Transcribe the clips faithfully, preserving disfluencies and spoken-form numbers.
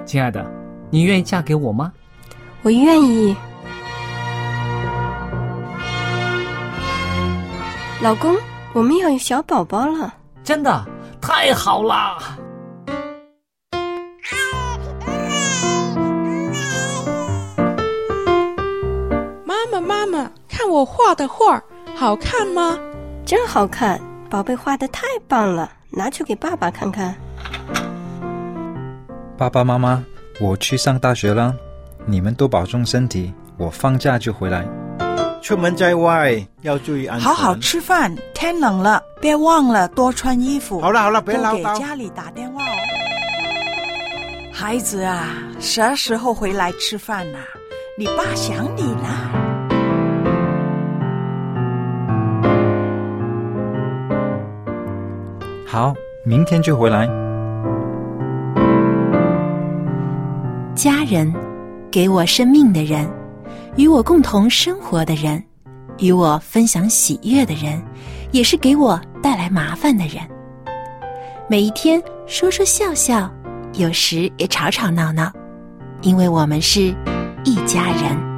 亲爱的，你愿意嫁给我吗？ 我愿意。老公，我们要有小宝宝了。 真的？太好了！ 妈妈，妈妈，看我画的画，好看吗？ 真好看，宝贝画得太棒了，拿去给爸爸看看。 爸爸妈妈，我去上大学了，你们都保重身体，我放假就回来。 出门在外要注意安全。 好好吃饭，天冷了，别忘了多穿衣服。 好了好了，别唠叨。 多给家里打电话哦。孩子啊，啥时候回来吃饭啊？你爸想你啦。 好，明天就回来。 家人，给我生命的人，与我共同生活的人，与我分享喜悦的人，也是给我带来麻烦的人。每一天说说笑笑，有时也吵吵闹闹，因为我们是一家人。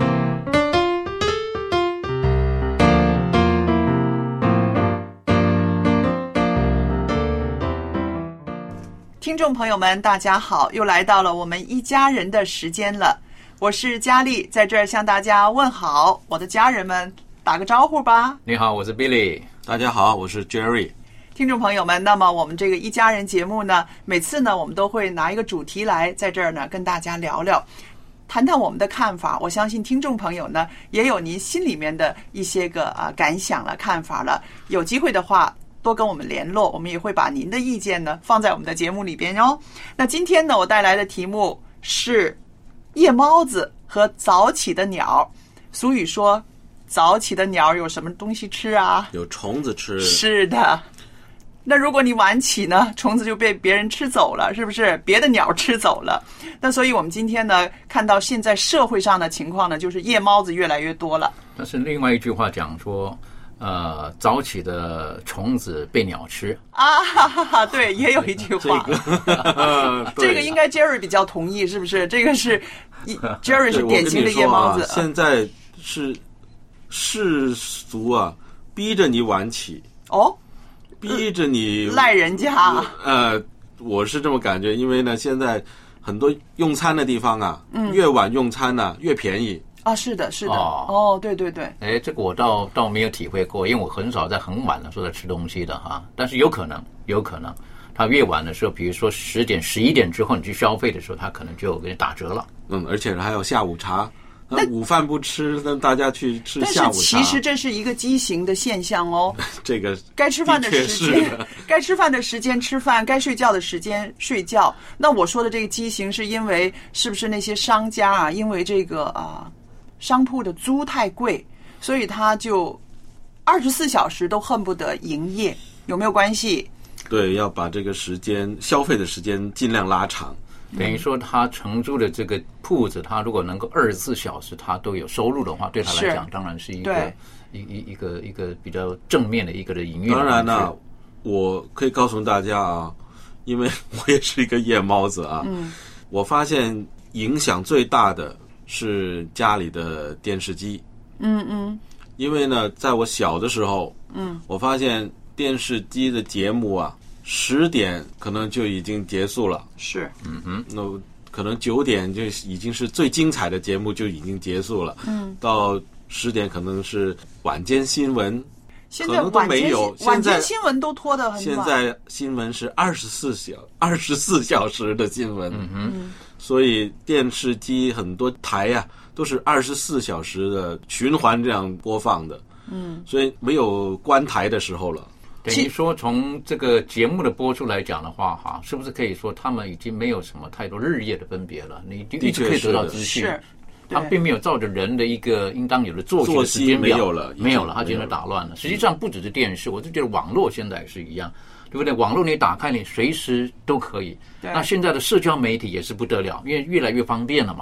听众朋友们大家好，又来到了我们一家人的时间了。我是佳丽，在这儿向大家问好，我的家人们打个招呼吧。 你好，我是 Billy。 大家好，我是 Jerry。 听众朋友们，那么我们这个一家人节目呢，每次呢我们都会拿一个主题来在这儿呢跟大家聊聊，谈谈我们的看法。我相信听众朋友呢也有您心里面的一些个啊感想了、看法了，有机会的话多跟我们联络，我们也会把您的意见呢放在我们的节目里边哦。那今天呢，我带来的题目是夜猫子和早起的鸟。俗语说，早起的鸟有什么东西吃啊？ 有虫子吃。 是的。那如果你晚起呢，虫子就被别人吃走了，是不是？别的鸟吃走了。那所以我们今天呢，看到现在社会上的情况呢，就是夜猫子越来越多了。 但是另外一句话讲说，呃，早起的虫子被鸟吃啊，哈哈哈，对，也有一句话， 这个这个应该 Jerry 比较同意，是不是？这个是 Jerry 是典型的夜猫子。 啊、现在是世俗啊，逼着你晚起哦， 逼着你赖人家。 呃，我是这么感觉，因为呢，现在很多用餐的地方啊，嗯、越晚用餐呢、啊、越便宜。 啊，是的，是的，哦，哦对对对， 哎，这个我倒倒没有体会过，因为我很少在很晚的时候在吃东西的哈。但是有可能，有可能，它越晚的时候，比如说十点、十一点之后，你去消费的时候，它可能就给你打折了。 嗯，而且还有下午茶，那午饭不吃，那大家去吃下午茶。 但是其实这是一个畸形的现象哦。 这个该吃饭的时间，该吃饭的时间吃饭，该睡觉的时间睡觉。那我说的这个畸形，是因为是不是那些商家啊，因为这个啊。商铺的租太贵，所以他就二十四小时都恨不得营业，有没有关系？ 对，要把这个时间消费的时间尽量拉长。 等于说他承租的这个铺子，他如果能够二十四小时他都有收入的话，对他来讲当然是一个一一一个一个比较正面的一个的营运。 当然了，我可以告诉大家啊，因为我也是一个夜猫子啊，嗯，我发现影响最大的是家里的电视机。 嗯嗯， 因为呢，在我小的时候，嗯，我发现电视机的节目啊，十点可能就已经结束了。 是， 嗯哼，那可能九点就已经是最精彩的节目就已经结束了。嗯，到十点可能是晚间新闻， 现在都没有。 晚间新闻都拖得很晚。 现在新闻是二十四小二十四小时的新闻。 嗯哼。嗯， 所以电视机很多台呀、啊、都是二十四小时的循环这样播放的，嗯，所以没有关台的时候了。 等于说从这个节目的播出来讲的话，哈，是不是可以说他们已经没有什么太多日夜的分别了？你一直可以得到资讯，他并没有照着人的一个应当有的作息的时间表， 没有了， 没有了，他觉得打乱了。实际上不只是电视，我就觉得网络现在也是一样。对不对？网络你打开，你随时都可以。那现在的社交媒体也是不得了，因为越来越方便了嘛。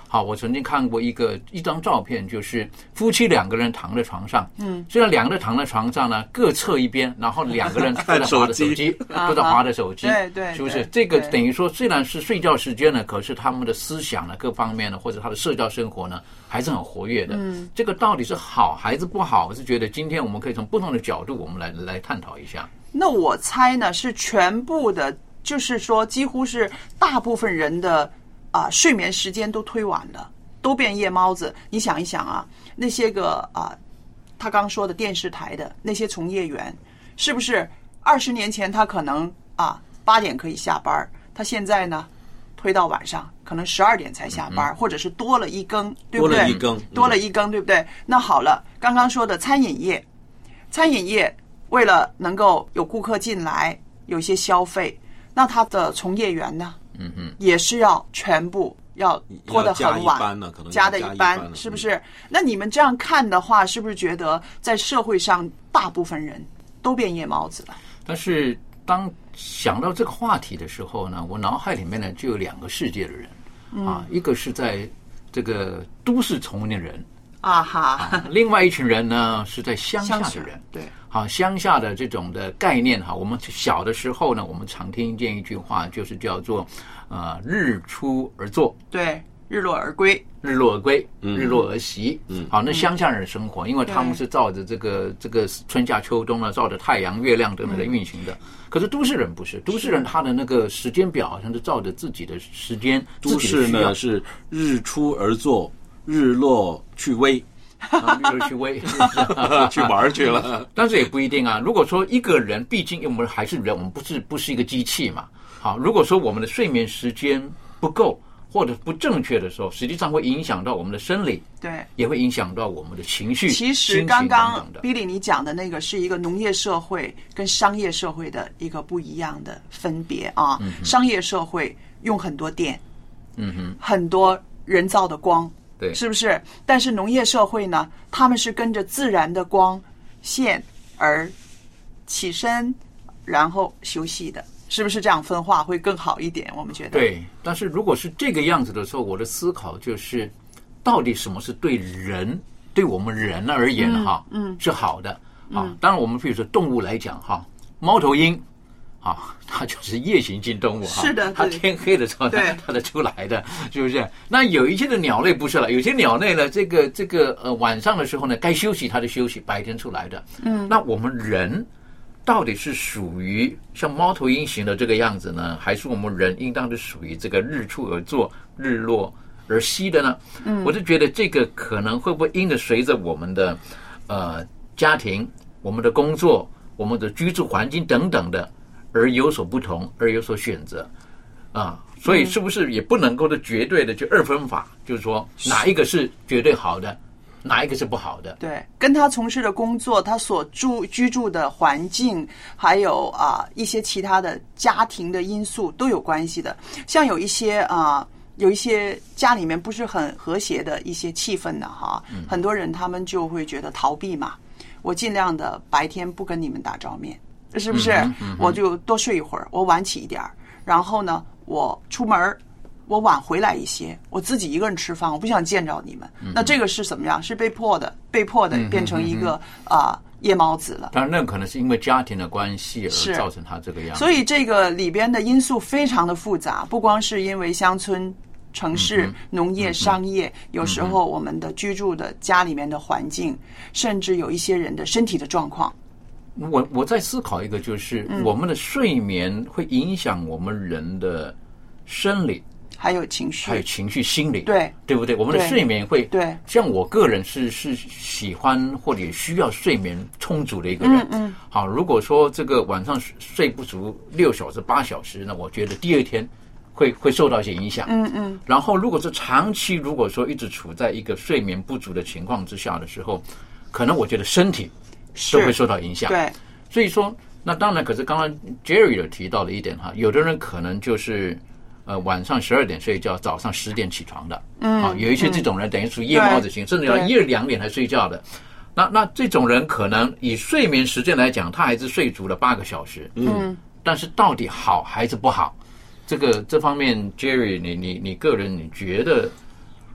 好，我曾经看过一个一张照片，就是夫妻两个人躺在床上，嗯，虽然两个人躺在床上呢，各侧一边，然后两个人都在滑着手机，都在滑着手机， 对对， 是不是？这个等于说，虽然是睡觉时间呢，可是他们的思想呢，各方面呢，或者他的社交生活呢，还是很活跃的。嗯，这个到底是好还是不好？我是觉得今天我们可以从不同的角度，我们来来探讨一下。 那我猜呢，是全部的，就是说，几乎是大部分人的。啊，睡眠时间都推晚了，都变夜猫子。你想一想啊，那些个啊，他刚说的电视台的那些从业员，是不是二十年前他可能啊八点可以下班，他现在呢推到晚上，可能十二点才下班，嗯、或者是多了一更，对不对？ 多了一更， 多了一更，对不对？那好了，刚刚说的餐饮业，餐饮业为了能够有顾客进来，有一些消费，那他的从业员呢？嗯哼，也是要全部要拖得很晚，加的一班，是不是？嗯、那你们这样看的话，是不是觉得在社会上大部分人都变夜猫子了？ 但是当想到这个话题的时候呢，我脑海里面呢就有两个世界的人、嗯、啊，一个是在这个都市从业人啊哈、 啊，另外一群人呢是在乡下的人， 对。 好，乡下的这种的概念哈，我们小的时候呢，我们常听见一句话，就是叫做呃日出而作， 对，日落而归， 日落而归，日落而息。嗯，好，那乡下人的生活，因为他们是照着这个这个春夏秋冬呢，照着太阳、月亮等等来运行的。嗯、可是都市人不是，都市人他的那个时间表好像是照着自己的时间， 都市呢是日出而作，日落去微。 啊，例如去微去玩去了， 但是也不一定啊。如果说一个人，毕竟我们还是人，我们不是不是一个机器嘛。好，如果说我们的睡眠时间不够或者不正确的时候，实际上会影响到我们的生理， 对， 也会影响到我们的情绪。 其实刚刚 Billy 你讲的那个是一个农业社会跟商业社会的一个不一样的分别啊。嗯、商业社会用很多电，嗯哼，很多人造的光。 对， 是不是？但是农业社会呢，他们是跟着自然的光线而起身，然后休息的，是不是这样分化会更好一点？我们觉得对。但是如果是这个样子的时候，我的思考就是，到底什么是对人，对我们人而言哈，嗯，嗯是好的啊。嗯、当然，我们比如说动物来讲哈，猫头鹰。啊，它就是夜行性动物哈， 是的， 它天黑的时候它它才出来的，是不是？那有一些的鸟类不是了，有些鸟类呢，这个这个呃晚上的时候呢，该休息它就休息，白天出来的。嗯，那我们人到底是属于像猫头鹰型的这个样子呢，还是我们人应当是属于这个日出而作，日落而息的呢？嗯，我就觉得这个可能会不会因着随着我们的呃家庭、我们的工作、我们的居住环境等等的。而有所不同，而有所选择，啊，所以是不是也不能够的绝对的就二分法，嗯、就是说哪一个是绝对好的，哪一个是不好的？ 对，跟他从事的工作，他所住居住的环境，还有啊一些其他的家庭的因素都有关系的。像有一些啊，有一些家里面不是很和谐的一些气氛的哈，嗯、很多人他们就会觉得逃避嘛，我尽量的白天不跟你们打照面。是不是？嗯嗯、我就多睡一会儿，我晚起一点，然后呢，我出门，我晚回来一些，我自己一个人吃饭，我不想见着你们。嗯、那这个是怎么样？是被迫的，被迫的变成一个啊、呃、夜猫子了。 当然，那可能是因为家庭的关系而造成他这个样子。 所以这个里边的因素非常的复杂，不光是因为乡村、城市、农业、商业，有时候我们的居住的家里面的环境，甚至有一些人的身体的状况。 我我在思考一个，就是我们的睡眠会影响我们人的生理， 还有情绪， 还有情绪、心理， 对对不对？我们的睡眠会， 对， 像我个人是是喜欢或者需要睡眠充足的一个人。嗯嗯。好，如果说这个晚上睡不足六小时、八小时，那我觉得第二天会会受到一些影响。嗯嗯。然后，如果是长期，如果说一直处在一个睡眠不足的情况之下的时候，可能我觉得身体都会受到影响。 对， 所以说，那当然，可是刚刚 Jerry 有提到了一点哈，有的人可能就是呃晚上十二点睡觉，早上十点起床的，嗯，啊，有一些这种人等于属于夜猫子型，甚至要一二两点才睡觉的。那那这种人可能以睡眠时间来讲，他还是睡足了八个小时，嗯，但是到底好还是不好？这个这方面 ，Jerry， 你你你个人你觉得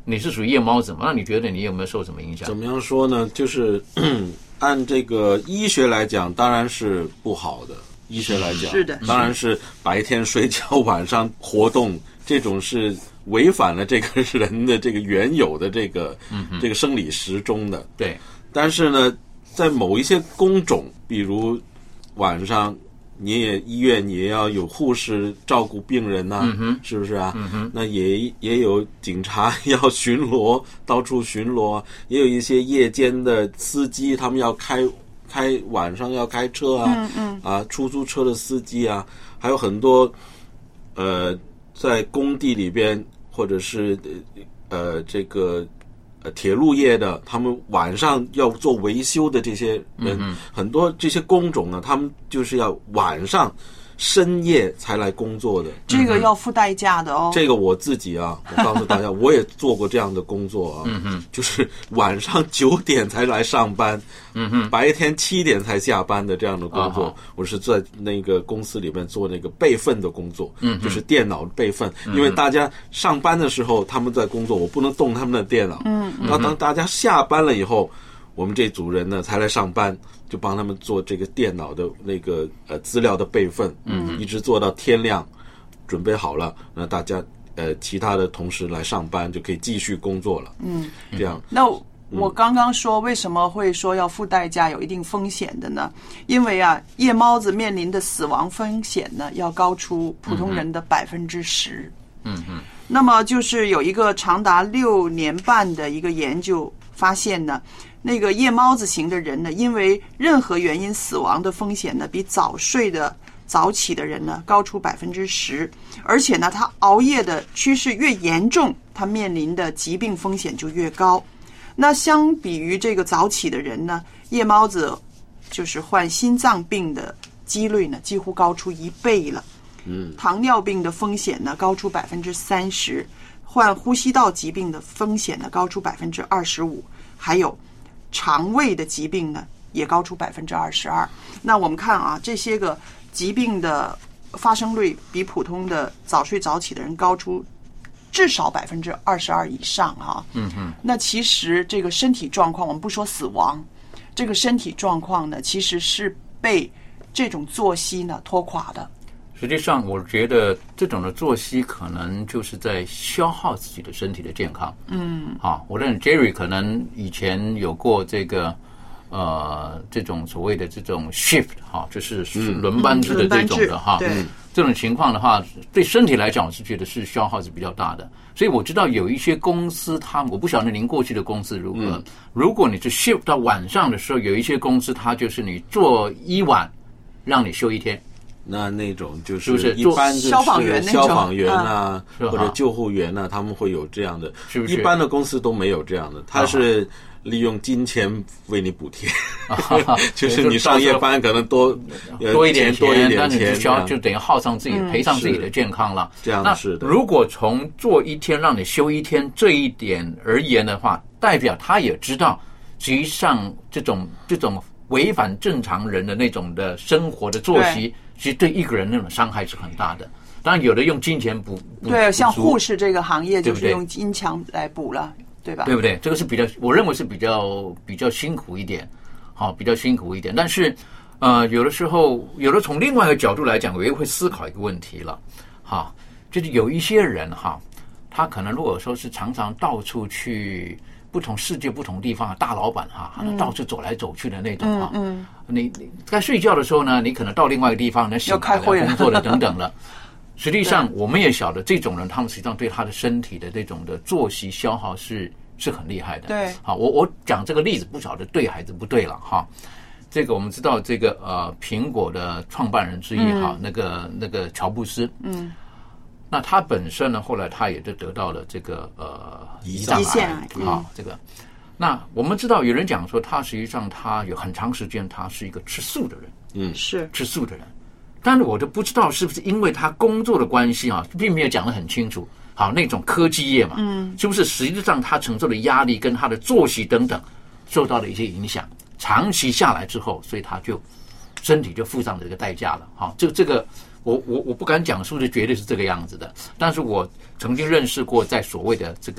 你是属于夜猫子嘛？那你觉得你有没有受什么影响？ 怎么样说呢？就是按这个医学来讲，当然是不好的。医学来讲， 是的， 当然是白天睡觉，晚上活动，这种是违反了这个人的这个原有的这个、嗯、这个生理时钟的。 对，但是呢，在某一些工种，比如晚上你也医院也要有护士照顾病人呐、啊嗯，是不是啊？嗯、那也也有警察要巡逻，到处巡逻，也有一些夜间的司机，他们要开。开晚上要开车啊，嗯嗯啊，出租车的司机啊，还有很多呃，在工地里边或者是呃这个呃铁路业的，他们晚上要做维修的这些人，嗯、很多这些工种呢，他们就是要晚上深夜才来工作的， 这个要付代价的哦。 这个我自己啊，我告诉大家，我也做过这样的工作啊，嗯哼，就是晚上九点才来上班，嗯哼，白天七点才下班的这样的工作，哦、我是在那个公司里面做那个备份的工作，嗯，就是电脑备份，嗯、因为大家上班的时候他们在工作，我不能动他们的电脑，嗯，那当大家下班了以后，我们这组人呢才来上班。就帮他们做这个电脑的那个呃资料的备份，嗯，一直做到天亮，准备好了，那大家呃其他的同事来上班就可以继续工作了，嗯，这样。 那我刚刚说为什么会说要付代价，有一定风险的呢？因为啊，夜猫子面临的死亡风险呢，要高出普通人的百分之十，嗯嗯。那么就是有一个长达六年半的一个研究发现呢。那个夜猫子型的人呢，因为任何原因死亡的风险呢，比早睡的早起的人呢高出百分之十，而且呢，他熬夜的趋势越严重，他面临的疾病风险就越高。那相比于这个早起的人呢，夜猫子就是患心脏病的几率呢，几乎高出一倍了。嗯，糖尿病的风险呢，高出百分之三十，患呼吸道疾病的风险呢，高出百分之二十五，还有。肠胃的疾病呢，也高出百分之二十二。那我们看啊，这些个疾病的发生率比普通的早睡早起的人高出至少百分之二十二以上啊。嗯哼。那其实这个身体状况，我们不说死亡，这个身体状况呢，其实是被这种作息呢拖垮的。 实际上，我觉得这种的作息可能就是在消耗自己的身体的健康。嗯，好，我认为 Jerry 可能以前有过这个呃这种所谓的这种 shift 哈，就是轮班制的这种的哈。嗯，这种情况的话，对身体来讲，我是觉得是消耗是比较大的。所以我知道有一些公司，他我不晓得您过去的公司如何。嗯、如果你是 shift 到晚上的时候，有一些公司它就是你做一晚，让你休一天。 那那种就是一般就是消防员消防员啊，或者救护员啊，他们会有这样的。 是不是？ 一般的公司都没有这样的，他是利用金钱为你补贴，就是你上夜班可能多多一点钱， 多一点钱， 但你就就等于耗上自己、赔上自己的健康了。 这样是的。 如果从做一天让你休一天这一点而言的话，代表他也知道，实际上这种这种违反正常人的那种的生活的作息。其实对一个人那种伤害是很大的，当然有的用金钱补， 对，像护士这个行业就是用金钱来补了，对吧？ 对不对？这个是比较，我认为是比较比较辛苦一点，好，比较辛苦一点。但是，呃，有的时候，有的从另外一个角度来讲，我也会思考一个问题了，哈，就是有一些人哈，他可能如果说是常常到处去。不同世界、不同地方的大老板哈，嗯、到处走来走去的那种哈。嗯嗯、你你在睡觉的时候呢，你可能到另外一个地方，能醒来了、工作了等等了。实际上，我们也晓得这种人，他们实际上对他的身体的这种的作息消耗是是很厉害的。 对， 好，我我讲这个例子，不晓得对还是不对了哈。这个我们知道，这个呃，苹果的创办人之一哈、嗯，那个那个乔布斯，嗯。那他本身呢，后来他也就得到了这个呃胰脏癌啊、嗯，这个。那我们知道有人讲说，他实际上他有很长时间他是一个吃素的人， 嗯，是吃素的人。但是我就不知道是不是因为他工作的关系啊，并没有讲得很清楚。好，那种科技业嘛，嗯，是不是实际上他承受的压力跟他的作息等等受到了一些影响，长期下来之后，所以他就身体就付上这个代价了。好，这这个。我我我不敢讲是不是绝对是这个样子的，但是我曾经认识过在所谓的这个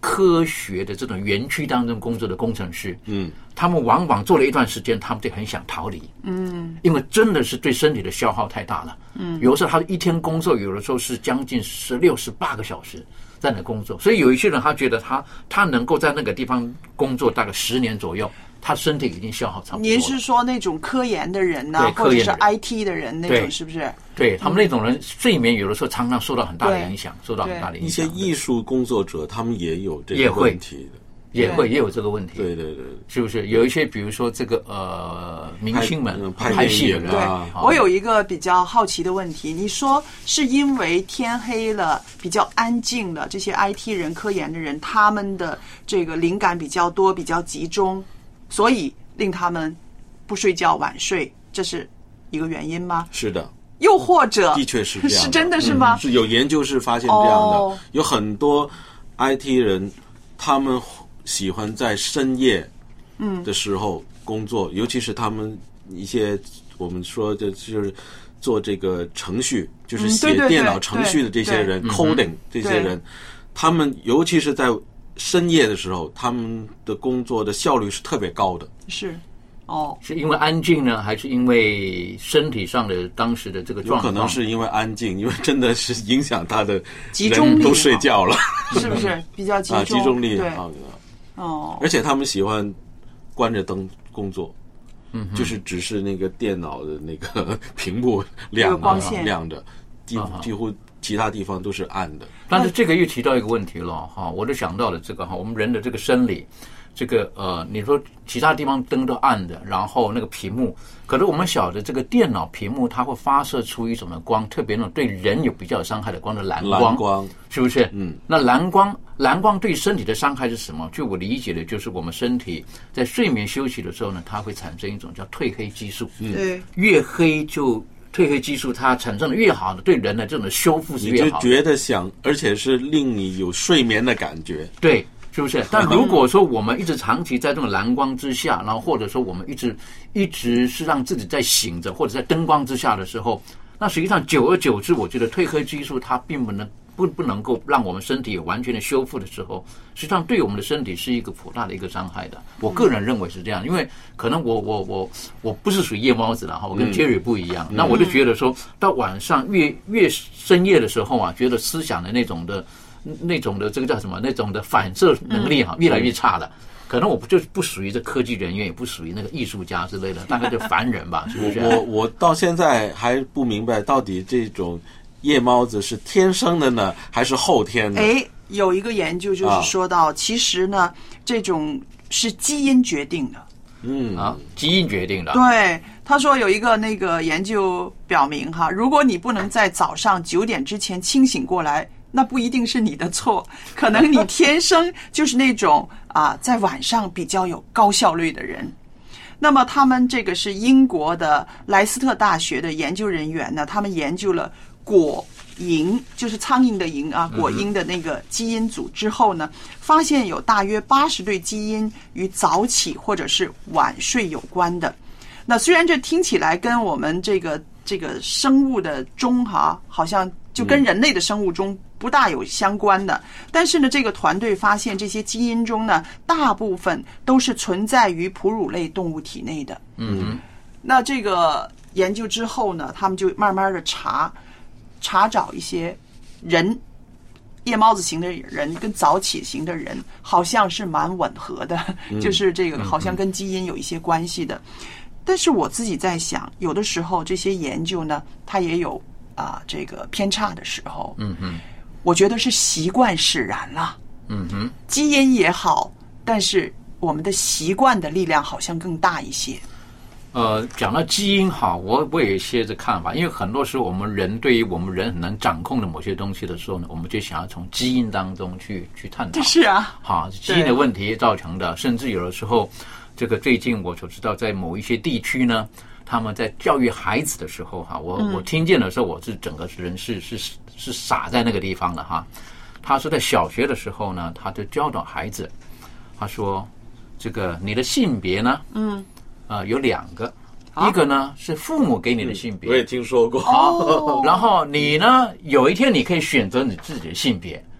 科学的这种园区当中工作的工程师，嗯，他们往往做了一段时间，他们就很想逃离，嗯，因为真的是对身体的消耗太大了，嗯，有的时候他一天工作，有的时候是将近十六、十八个小时在那工作，所以有一些人他觉得他他能够在那个地方工作大概十年左右。他身体已经消耗差不多了。 您是说那种科研的人呢、啊，或者是 I T 的人那种，是不是？ 对他们那种人，睡眠有的时候常常受到很大的影响，受到很大的影响。 一些艺术工作者，他们也有这个问题的， 也会也有这个问题。 对对对， 是不是？有一些，比如说这个呃，明星们拍戏的人， 对，我有一个比较好奇的问题，你说是因为天黑了，比较安静了，这些 I T 人、科研的人，他们的这个灵感比较多，比较集中，所以令他们不睡觉晚睡，这是一个原因吗？ 是的。 又或者的确是这样的， 是真的是吗？ 嗯、是有研究是发现这样的、哦，有很多 I T 人，他们喜欢在深夜的时候工作，嗯、尤其是他们一些我们说的就是做这个程序，就是写电脑程序的这些人、嗯、，coding 这些人，他们尤其是在深夜的时候，他们的工作的效率是特别高的。 是，哦， 是因为安静呢，还是因为身体上的当时的这个状况？ 有可能是因为安静，因为真的是影响他的集中力， 都睡觉了， 是不是比较集中？ 啊，集中力对好的。 哦， 而且他们喜欢关着灯工作，嗯，就是只是那个电脑的那个屏幕亮光线亮着，几几乎。其他地方都是暗的， 但是这个又提到一个问题了哈，我就想到了这个哈，我们人的这个生理，这个呃，你说其他地方灯都暗的，然后那个屏幕，可是我们晓得这个电脑屏幕它会发射出一种的光，特别那种对人有比较有伤害的光的蓝光， 蓝光是不是？ 嗯， 那蓝光蓝光对身体的伤害是什么？就我理解的就是我们身体在睡眠休息的时候呢，它会产生一种叫褪黑激素， 嗯，对， 越黑就。褪黑激素它产生的越好的，对人的这种修复是越好的， 你就觉得想，而且是令你有睡眠的感觉， 对，是不是？但如果说我们一直长期在这种蓝光之下，然后或者说我们一直一直是让自己在醒着，或者在灯光之下的时候，那实际上久而久之，我觉得褪黑激素它并不能不不能够让我们身体有完全的修复的时候，实际上对我们的身体是一个颇大的一个伤害的。我个人认为是这样，因为可能我我我我不是属于夜猫子了哈，我跟 Jerry 不一样。嗯、那我就觉得说到晚上越越深夜的时候啊，觉得思想的那种的那种的这个叫什么那种的反射能力哈、啊、越来越差了。可能我不就是不属于这科技人员，也不属于那个艺术家之类的，大概就凡人吧，是不是？ 我我到现在还不明白，到底这种夜猫子是天生的呢，还是后天的？ 哎，有一个研究就是说到，啊、其实呢，这种是基因决定的。 嗯啊，基因决定的。 对，他说有一个那个研究表明哈，如果你不能在早上九点之前清醒过来，那不一定是你的错，可能你天生就是那种啊，在晚上比较有高效率的人。那么他们这个是英国的莱斯特大学的研究人员呢，他们研究了果蝇，就是苍蝇的蝇啊，果蝇的那个基因组之后呢，发现有大约八十对基因与早起或者是晚睡有关的。那虽然这听起来跟我们这个这个生物的钟哈、啊，好像就跟人类的生物钟不大有相关的，但是呢，这个团队发现这些基因中呢，大部分都是存在于哺乳类动物体内的。 嗯， 那这个研究之后呢，他们就慢慢的查查找一些人，夜猫子型的人跟早起型的人好像是蛮吻合的， 嗯、 就是这个好像跟基因有一些关系的。但是我自己在想，有的时候这些研究呢，它也有啊、呃、这个偏差的时候。 嗯哼， 我觉得是习惯使然了。 嗯哼， 基因也好，但是我们的习惯的力量好像更大一些。 呃，讲到基因哈，我我有一些的看法，因为很多时候我们人对于我们人很难掌控的某些东西的时候呢，我们就想要从基因当中去去探讨。 是啊， 好，基因的问题造成的，甚至有的时候，这个最近我所知道，在某一些地区呢，他们在教育孩子的时候哈，我、嗯、我听见的时候，我是整个人是是是傻在那个地方的哈。他是在小学的时候呢，他就教导孩子，他说：“这个你的性别呢？”嗯。呃，有两个，一个呢是父母给你的性别， 我也听说过。 好，然后你呢，有一天你可以选择你自己的性别，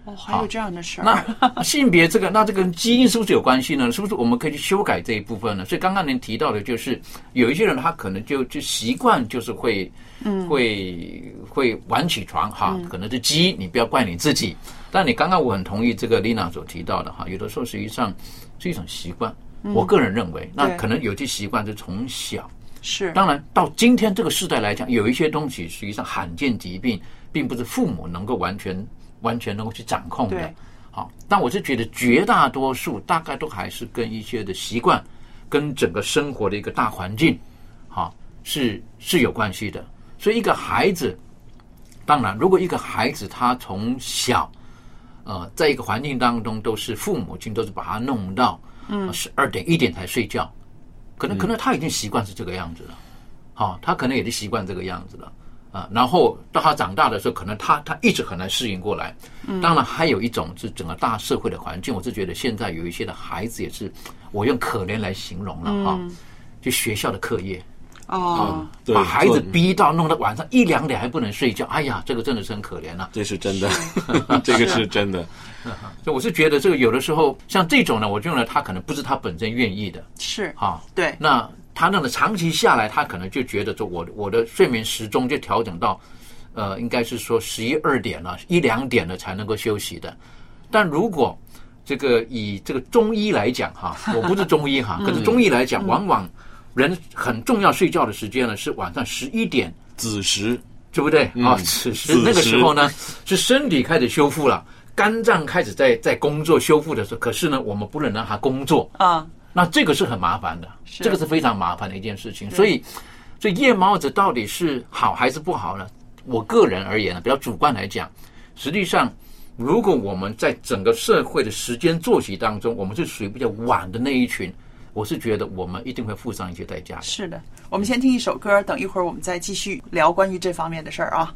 哦，还有这样的事儿。 那性别这个，那这个跟基因是不是有关系呢？是不是我们可以去修改这一部分呢？所以刚刚您提到的就是，有一些人他可能就就习惯就是会，嗯，会会晚起床哈，嗯、可能是基因，你不要怪你自己。但你刚刚我很同意这个丽娜所提到的哈，有的时候实际上是一种习惯。嗯、我个人认为，那可能有些习惯是从小。 是， 当然到今天这个时代来讲，有一些东西实际上罕见疾病，并不是父母能够完全完全能够去掌控的。好，但我是觉得绝大多数大概都还是跟一些的习惯，跟整个生活的一个大环境，好是是有关系的。所以一个孩子，当然如果一个孩子他从小，呃，在一个环境当中都是父母亲都是把他弄到嗯十二点一点才睡觉。可能可能他已经习惯是这个样子了，好、哦，他可能也是习惯这个样子了啊。然后到他长大的时候，可能他他一直很难适应过来。嗯，当然还有一种是整个大社会的环境，我是觉得现在有一些的孩子也是，我用可怜来形容了哈、嗯哦，就学校的课业哦、 嗯，把孩子逼到弄到晚上一两点还不能睡觉，哎呀，这个真的是很可怜啊。 这是真的，这个是真的。 所以我是觉得这个有的时候像这种呢，我认为他可能不是他本身愿意的， 是啊， 对。 那他那么长期下来，他可能就觉得说我我的睡眠时钟就调整到，呃，应该是说十一二点了，一两点了才能够休息的。但如果这个以这个中医来讲哈，我不是中医哈，可是中医来讲，往往人很重要睡觉的时间呢是晚上十一点子时， 对不对啊？此时那个时候呢，是身体开始修复了。肝脏开始在在工作修复的时候，可是呢，我们不能让它工作啊， 那这个是很麻烦的，这个是非常麻烦的一件事情。所以，所以夜猫子到底是好还是不好呢？我个人而言呢，比较主观来讲，实际上，如果我们在整个社会的时间作息当中，我们是属于比较晚的那一群，我是觉得我们一定会付上一些代价的。 是的，我们先听一首歌，等一会儿我们再继续聊关于这方面的事儿啊。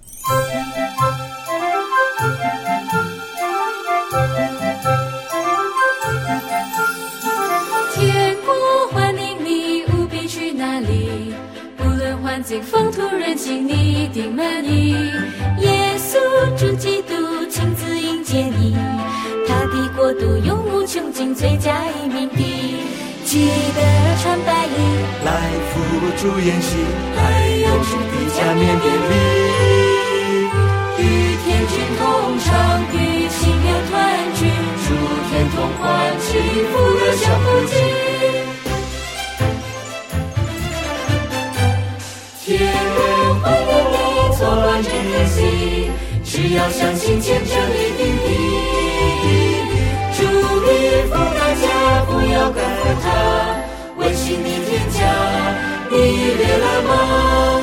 天国欢迎你，务必去哪里？不论环境、风土人情，你一定满意。耶稣主基督亲自迎接你，他的国度永无穷尽，最佳移民地。记得穿白衣来辅助演习，还有主的加冕典礼。与天君同唱，与亲友团聚，祝天同欢喜，福乐相互济。天国欢迎你，错乱这颗心，只要相信见证一定的。祝你福大家，不要辜负他，温馨的天家，你列了吗？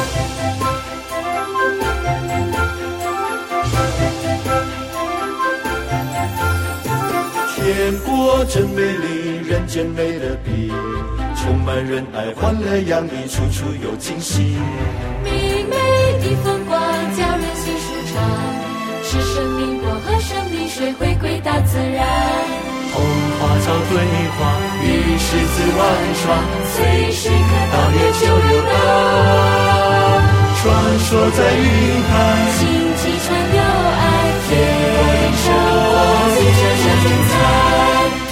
天国真美丽，人间美得比，充满仁爱，欢乐洋溢，处处有惊喜。 明媚的风光叫人心舒畅，是生命果和生命水回归大自然。 童话草对话，与狮子玩耍，随时可到月球游荡。传说在云海， 星际传有爱， 天国的生活最闪闪精彩。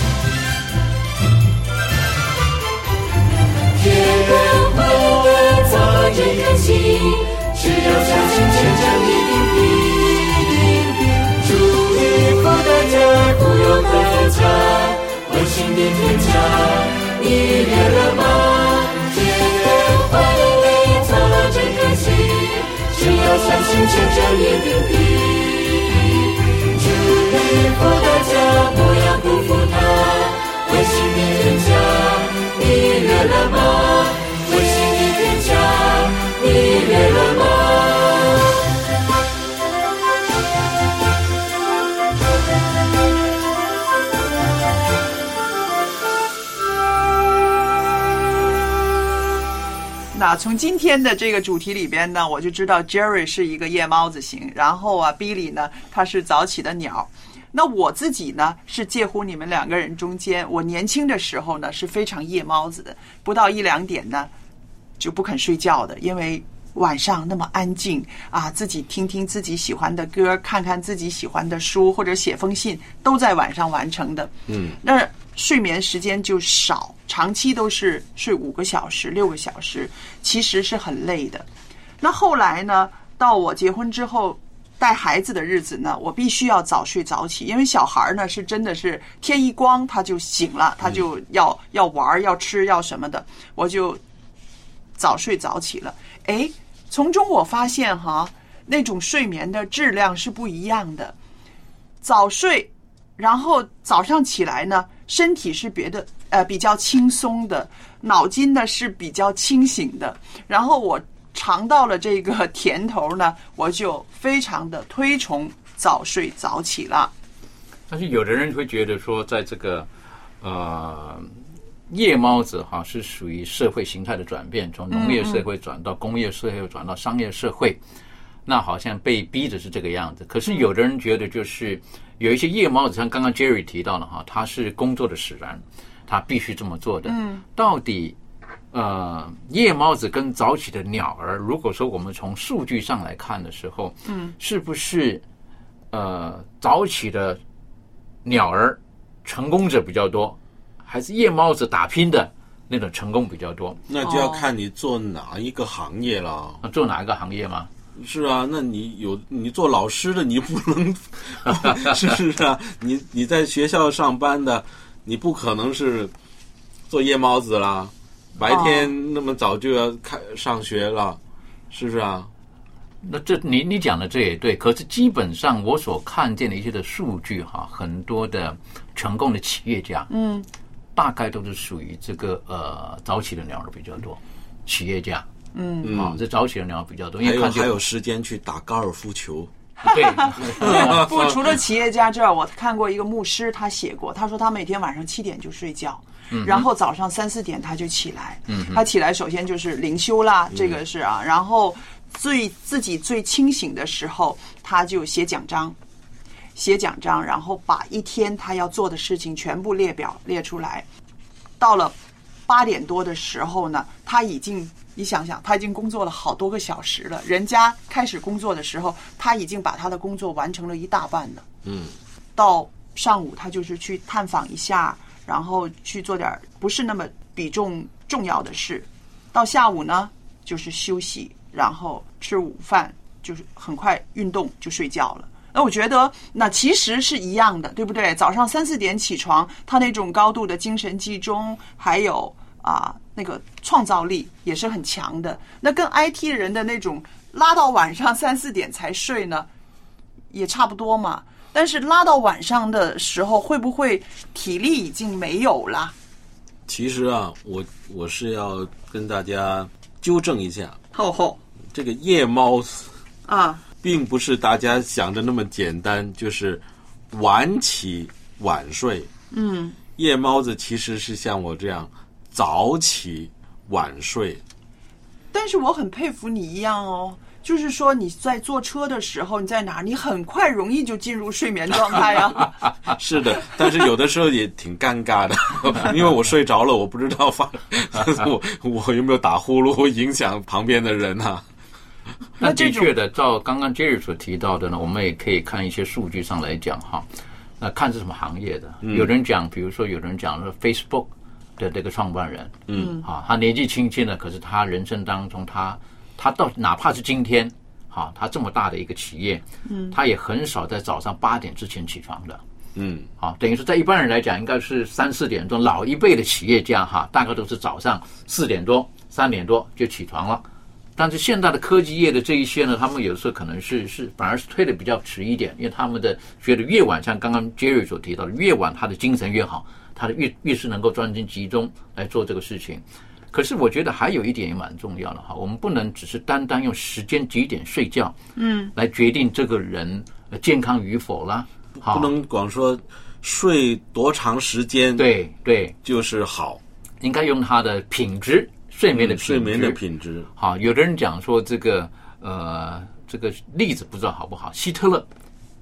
天国欢迎你，错过这颗心，只要相信见证一定比。祝你福大家，不用辜负他，温馨的天家，你列了吗？天国欢迎你，错过这颗心，只要相信见证一定比。祝你福大家，不要辜负他，温馨的天家，你列了吗？温馨的天家，你列了吗？ 那从今天的这个主题里边呢，我就知道 Jerry 是一个夜猫子型，然后啊 Billy 呢他是早起的鸟。那我自己呢是介乎你们两个人中间，我年轻的时候呢是非常夜猫子的，不到一两点呢就不肯睡觉的，因为晚上那么安静啊，自己听听自己喜欢的歌，看看自己喜欢的书，或者写封信，都在晚上完成的。 嗯， 那睡眠时间就少，长期都是睡五个小时、六个小时，其实是很累的。那后来呢，到我结婚之后带孩子的日子呢，我必须要早睡早起，因为小孩呢是真的是天一光他就醒了，他就要、嗯、要玩要吃要什么的，我就早睡早起了。诶，从中我发现哈，那种睡眠的质量是不一样的。早睡，然后早上起来呢，身体是别的呃比较轻松的，脑筋呢是比较清醒的。然后我尝到了这个甜头呢，我就非常的推崇早睡早起了。 但是有的人会觉得说，在这个呃夜猫子哈是属于社会形态的转变，从农业社会转到工业社会，转到商业社会，那好像被逼的是这个样子。可是有的人觉得，就是有一些夜猫子，像刚刚 Jerry 提到了哈，他是工作的使然，他必须这么做的。嗯，到底呃夜猫子跟早起的鸟儿，如果说我们从数据上来看的时候，嗯，是不是呃早起的鸟儿成功者比较多，还是夜猫子打拼的那种成功比较多？ 那就要看你做哪一个行业了。 哦、做哪一个行业吗？ 是啊，那你有你做老师的，你不能是不是啊？你你在学校上班的，你不可能是做夜猫子啦，白天那么早就要开上学了，是不是啊？ 那这你你讲的这也对，可是基本上我所看见的一些的数据哈，很多的成功的企业家，嗯，大概都是属于这个呃早起的鸟儿比较多，企业家。嗯啊，这早起的鸟比较多，因为还有还有时间去打高尔夫球。 对， 不，除了企业家这儿，我看过一个牧师，他写过，他说他每天晚上七点就睡觉，嗯、然后早上三四点他就起来。嗯，他起来首先就是灵修啦，嗯、这个是啊，然后最自己最清醒的时候，他就写奖章，写奖章，然后把一天他要做的事情全部列表列出来。到了八点多的时候呢，他已经。你想想，他已经工作了好多个小时了。人家开始工作的时候，他已经把他的工作完成了一大半了。嗯，到上午他就是去探访一下，然后去做点不是那么比重重要的事。到下午呢，就是休息，然后吃午饭，就是很快运动就睡觉了。那我觉得那其实是一样的，对不对？早上三四点起床，他那种高度的精神集中，还有啊。那个创造力也是很强的，那跟 I T 人的那种拉到晚上三四点才睡呢，也差不多嘛。但是拉到晚上的时候，会不会体力已经没有了？ 其实啊，我我是要跟大家纠正一下， 吼吼， 这个夜猫啊， 并不是大家想的那么简单，就是晚起晚睡。嗯，夜猫子其实是像我这样。早起晚睡， 但是我很佩服你一样哦，就是说你在坐车的时候，你在哪儿，你很快容易就进入睡眠状态啊。 是的，但是有的时候也挺尴尬的，因为我睡着了，我不知道发我我有没有打呼噜影响旁边的人啊。 那的确的，照刚刚 Jerry 所提到的呢，我们也可以看一些数据上来讲哈。那看是什么行业的，嗯、有人讲，比如说有人讲说 Facebook。的这个创办人，嗯，啊，他年纪轻轻的，可是他人生当中，他他到哪怕是今天，哈，他这么大的一个企业，嗯，他也很少在早上八点之前起床的，嗯，好，等于说在一般人来讲，应该是三四点钟，老一辈的企业家哈，大概都是早上四点多、三点多就起床了。但是现在的科技业的这一些呢，他们有的时候可能是是反而是推的比较迟一点，因为他们的觉得越晚，像刚刚 Jerry 所提到的，越晚他的精神越好。他的越越是能够专心集中来做这个事情，可是我觉得还有一点也蛮重要的哈，我们不能只是单单用时间几点睡觉，嗯，来决定这个人健康与否啦。 不能光说睡多长时间， 对对， 就是好， 应该用他的品质，睡眠的品质， 睡眠的品质。 好，有的人讲说这个呃这个例子不知道好不好，希特勒。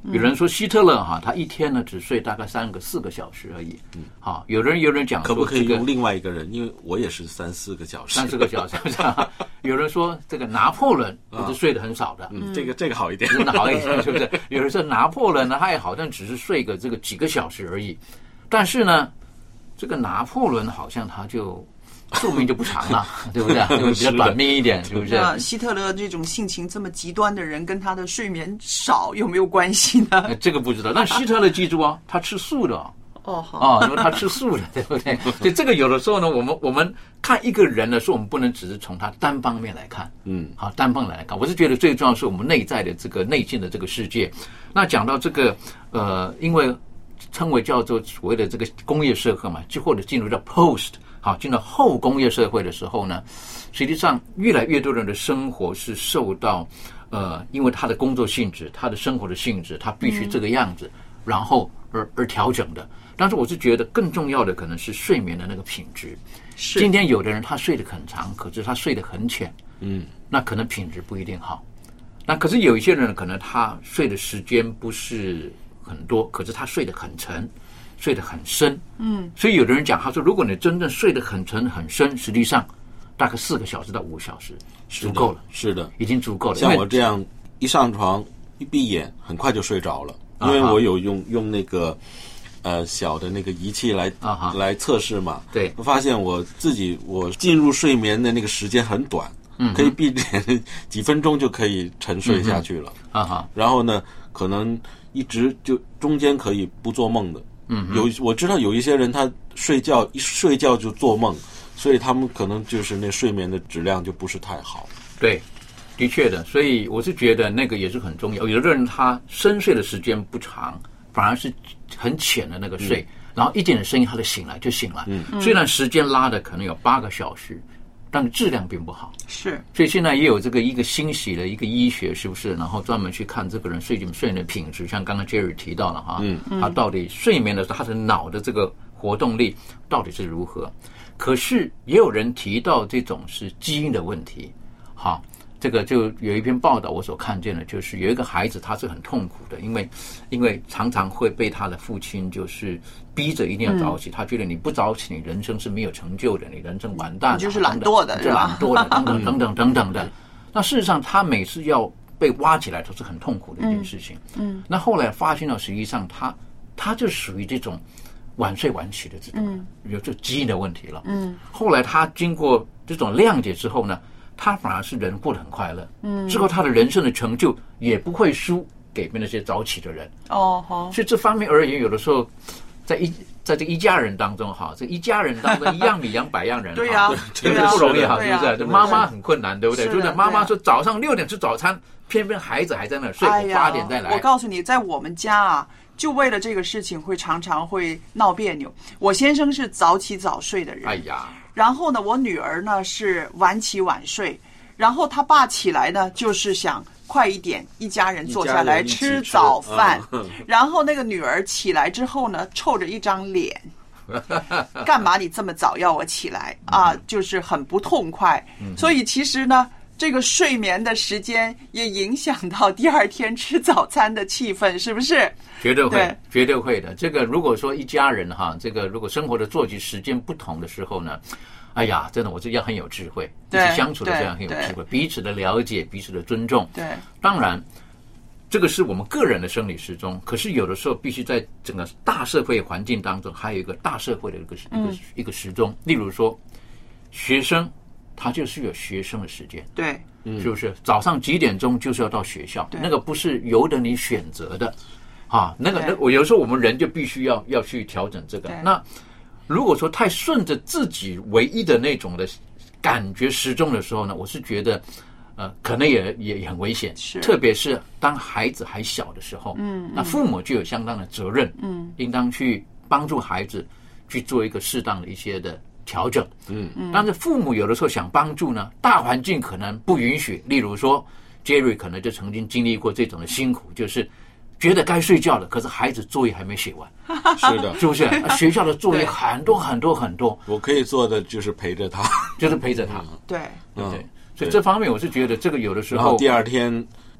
有人说希特勒哈，他一天呢只睡大概三个四个小时而已。嗯，好，有人有人讲说、 这个、可不可以用另外一个人？因为我也是三四个小时， 三四个小时。有人说这个拿破仑都是睡得很少的， 嗯，这个这个好一点， 真的好一点，是不是？有人说拿破仑呢，他也好像只是睡个这个几个小时而已，但是呢，这个拿破仑好像他就寿命就不长了，对不对？就比较短命一点，是不是？ 那希特勒这种性情这么极端的人，跟他的睡眠少有没有关系呢？ 这个不知道。但希特勒记住啊，他吃素的。 哦，好啊，因为他吃素的，对不对？所以这个有的时候呢，我们我们看一个人的时候，我们不能只是从他单方面来看，嗯，好，单方面来看。我是觉得最重要是我们内在的这个内心的这个世界。那讲到这个，呃，因为称为叫做所谓的这个工业社会嘛，就或者进入到 post， 好，进入后工业社会的时候呢，实际上越来越多人的生活是受到呃，因为他的工作性质、他的生活的性质，他必须这个样子，嗯、然后而而调整的。但是我是觉得更重要的可能是睡眠的那个品质。 是， 今天有的人他睡得很长，可是他睡得很浅，嗯，那可能品质不一定好。那可是有一些人可能他睡的时间不是很多，可是他睡得很沉，睡得很深，嗯。所以有的人讲，他说，如果你真正睡得很沉很深，实际上大概四个小时到五个小时足够了， 是的， 已经足够了。 像我这样一上床一闭眼，很快就睡着了，因为我有用用那个。呃，小的那个仪器来、uh-huh. 来测试嘛， 对， 我发现我自己我进入睡眠的那个时间很短，嗯，可以闭着眼几分钟就可以沉睡下去了，啊哈、uh-huh. 然后呢，可能一直就中间可以不做梦的，嗯，有我知道有一些人他睡觉一睡觉就做梦，所以他们可能就是那睡眠的质量就不是太好， 对。的确的，所以我是觉得那个也是很重要。有的人他深睡的时间不长。反而是很浅的那个睡、嗯，然后一点点声音他就醒来就醒来。嗯，虽然时间拉的可能有八个小时，但质量并不好。 是， 所以现在也有这个一个欣喜的一个医学，是不是？然后专门去看这个人睡眠睡眠的品质，像刚刚 Jerry 提到了哈，嗯，他到底睡眠的时候他的脑的这个活动力到底是如何？可是也有人提到这种是基因的问题，好。这个就有一篇报道，我所看见的就是有一个孩子他是很痛苦的，因为因为常常会被他的父亲就是逼着一定要早起，嗯、他觉得你不早起，你人生是没有成就的，你人生完蛋了， 你就是懒惰的， 是吧？懒惰的，等等等等等等的。那事实上，他每次要被挖起来都是很痛苦的一件事情。嗯，嗯那后来发现到，实际上他他就属于这种晚睡晚起的这种，嗯、有这基因的问题了。嗯，后来他经过这种谅解之后呢。他反而是人过得很快乐，嗯，之后他的人生的成就也不会输给那些早起的人， 哦，好， 所以这方面而言，有的时候在一在这一家人当中哈，这一家人当中一样米养百样人， 对呀、啊， 真的不容易哈，是不是？这妈妈很困难，对不对？就是妈妈说早上六点吃早餐，偏偏孩子还在那睡， 哎、 八点再来。 我告诉你，在我们家啊，就为了这个事情会常常会闹别扭。我先生是早起早睡的人， 哎呀。 然后呢，我女儿呢是晚起晚睡，然后他爸起来呢就是想快一点，一家人坐下来吃早饭。嗯、然后那个女儿起来之后呢，臭着一张脸，干嘛你这么早要我起来啊？就是很不痛快。嗯、所以其实呢，这个睡眠的时间也影响到第二天吃早餐的气氛，是不是？ 绝对会，绝对会的。这个如果说一家人哈，这个如果生活的作息时间不同的时候呢，哎呀，真的我这要很有智慧，一起相处的这样很有智慧，彼此的了解，彼此的尊重。 对， 当然这个是我们个人的生理时钟，可是有的时候必须在整个大社会环境当中，还有一个大社会的一个、嗯、一个一个时钟。例如说，学生他就是有学生的时间， 对， 是不是？早上几点钟就是要到学校，那个不是由得你选择的。啊，那个那我有时候我们人就必须要要去调整这个。那如果说太顺着自己唯一的那种的感觉时钟的时候呢，我是觉得，呃，可能也也也很危险。 是， 特别是当孩子还小的时候，嗯，那父母就有相当的责任，嗯，应当去帮助孩子去做一个适当的一些的调整，嗯嗯。但是父母有的时候想帮助呢，大环境可能不允许。例如说 ，Jerry 可能就曾经经历过这种的辛苦，就是。觉得该睡觉了，可是孩子作业还没写完， 是的， 是不是？学校的作业很多很多很多， 我可以做的就是陪着他， 就是陪着他， 对对对。所以这方面我是觉得这个有的时候， 然后第二天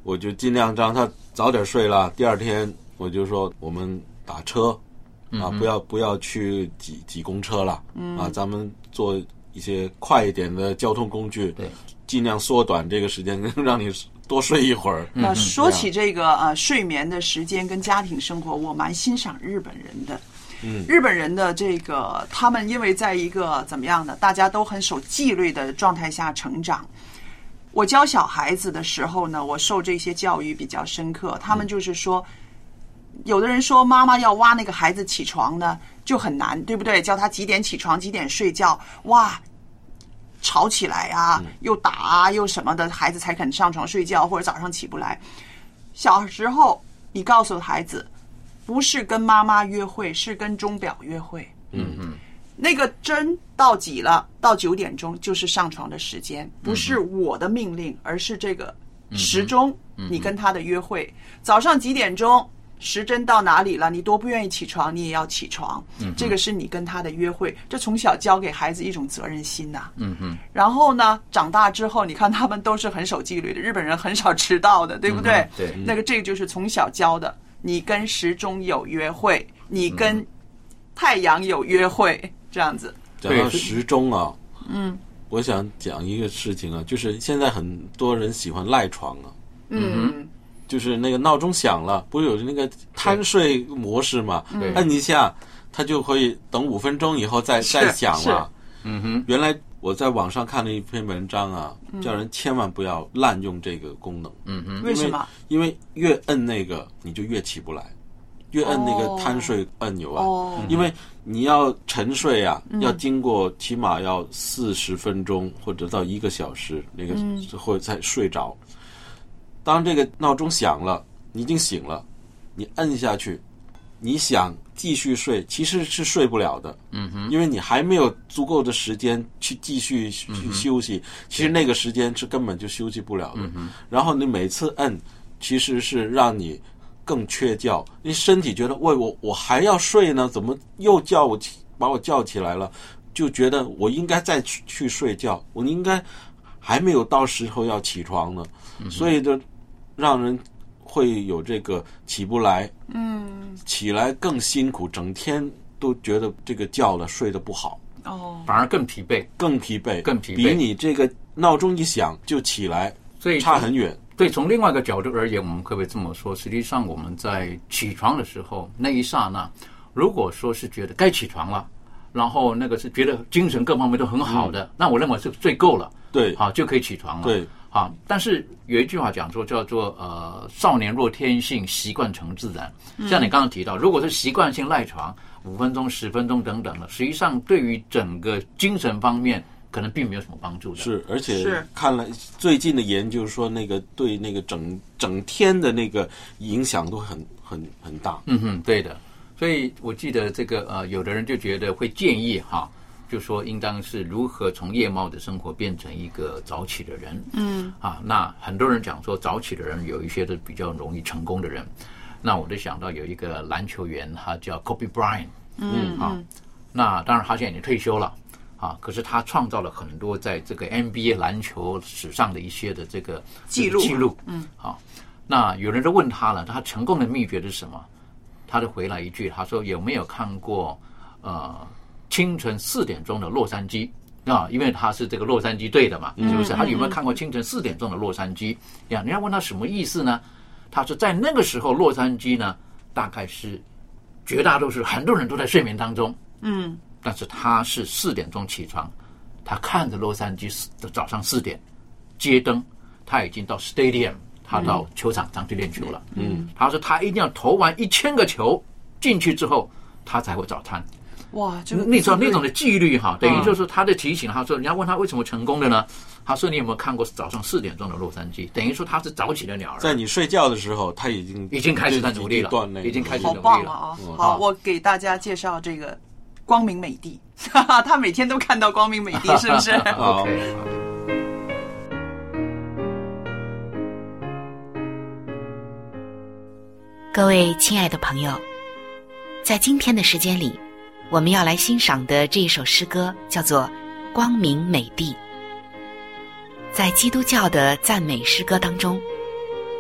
我就尽量让他早点睡了。第二天我就说我们打车啊， 嗯、 不要不要去挤挤公车了、 嗯、 啊，咱们坐一些快一点的交通工具， 对， 尽量缩短这个时间，让你多睡一会儿。 那说起这个呃睡眠的时间跟家庭生活，我蛮欣赏日本人的。 嗯， 日本人的这个，他们因为在一个怎么样的，大家都很守纪律的状态下成长。我教小孩子的时候呢，我受这些教育比较深刻。他们就是说，有的人说妈妈要挖那个孩子起床呢，就很难，对不对？叫他几点起床，几点睡觉，哇，吵起来啊，又打啊，又什么的，孩子才肯上床睡觉，或者早上起不来。小时候，你告诉孩子，不是跟妈妈约会，是跟钟表约会。 嗯嗯， 那个针到几了，到九点钟就是上床的时间，不是我的命令，而是这个时钟，你跟他的约会。早上几点钟，时针到哪里了，你多不愿意起床，你也要起床。这个是你跟他的约会，这从小教给孩子一种责任心呐。 嗯哼。 然后呢，长大之后，你看他们都是很守纪律的，日本人很少迟到的，对不对？ 对。 那个这个就是从小教的。你跟时钟有约会，你跟太阳有约会，这样子。 讲到时钟啊， 嗯， 我想讲一个事情啊，就是现在很多人喜欢赖床啊， 嗯， 就是那个闹钟响了，不是有那个贪睡模式嘛，摁一下，它就会等五分钟以后再再响了。 嗯哼， 原来我在网上看了一篇文章啊，叫人千万不要滥用这个功能。 嗯哼， 为什么？ 因为越摁那个你就越起不来，越摁那个贪睡按钮啊。 哦， 因为你要沉睡啊，嗯、要经过起码要四十分钟或者到一个小时，那个会才睡着。嗯、当这个闹钟响了，你已经醒了，你摁下去，你想继续睡，其实是睡不了的。 嗯哼， 因为你还没有足够的时间去继续去休息，嗯、其实那个时间是根本就休息不了的。 嗯、 然后你每次摁，其实是让你更缺觉，你身体觉得喂我我还要睡呢，怎么又叫我把我叫起来了？就觉得我应该再去去睡觉，我应该还没有到时候要起床呢， 嗯、 所以就让人会有这个起不来， 嗯， 起来更辛苦，整天都觉得这个觉了睡得不好， 哦， 反而更疲惫， 更疲惫， 更疲惫， 比你这个闹钟一响就起来， 所以差很远。 对，从另外一个角度而言，我们可不可以这么说？实际上我们在起床的时候那一刹那，如果说是觉得该起床了，然后那个是觉得精神各方面都很好的，嗯、那我认为是睡够了， 对， 好就可以起床了， 对。 好，但是有一句话讲说，叫做呃，少年若天性，习惯成自然。像你刚刚提到，如果是习惯性赖床五分钟、十分钟等等的，实际上对于整个精神方面可能并没有什么帮助的。 是，而且看了最近的研究说，那个对那个整整天的那个影响都很很很大。 嗯哼，对的。所以我记得这个呃，有的人就觉得会建议哈。就说应当是如何从夜猫的生活变成一个早起的人， 嗯啊，那很多人讲说早起的人有一些都比较容易成功的人，那我就想到有一个篮球员，他叫 Kobe Bryant， 嗯啊，那当然他现在已经退休了啊，可是他创造了很多在这个 N B A 篮球史上的一些的这个记录记录， 嗯， 好，那有人就问他了，他成功的秘诀是什么？他就回来一句，他说有没有看过呃？清晨四点钟的洛杉矶啊，因为他是这个洛杉矶队的嘛，是不是？他有没有看过清晨四点钟的洛杉矶？呀，人家问他什么意思呢？他说在那个时候，洛杉矶呢，大概是绝大多数很多人都在睡眠当中， 嗯， 但是他是四点钟起床，他看着洛杉矶的早上四点街灯，他已经到 stadium， 他到球场上去练球了， 嗯， 他说他一定要投完一千个球进去之后，他才会早餐。 哇，这个那种那种的纪律哈，等于就是他的提醒。他说，人家问他为什么成功的呢？他说，你有没有看过早上四点钟的洛杉矶？等于说他是早起的鸟儿， 在你睡觉的时候，他已经已经开始在努力了，已经开始努力了。 好棒啊！好，我给大家介绍这个光明美地，哈哈，他每天都看到光明美地，是不是？ 好。 各位亲爱的朋友，在今天的时间里，我们要来欣赏的这一首诗歌叫做《光明美地》。在基督教的赞美诗歌当中，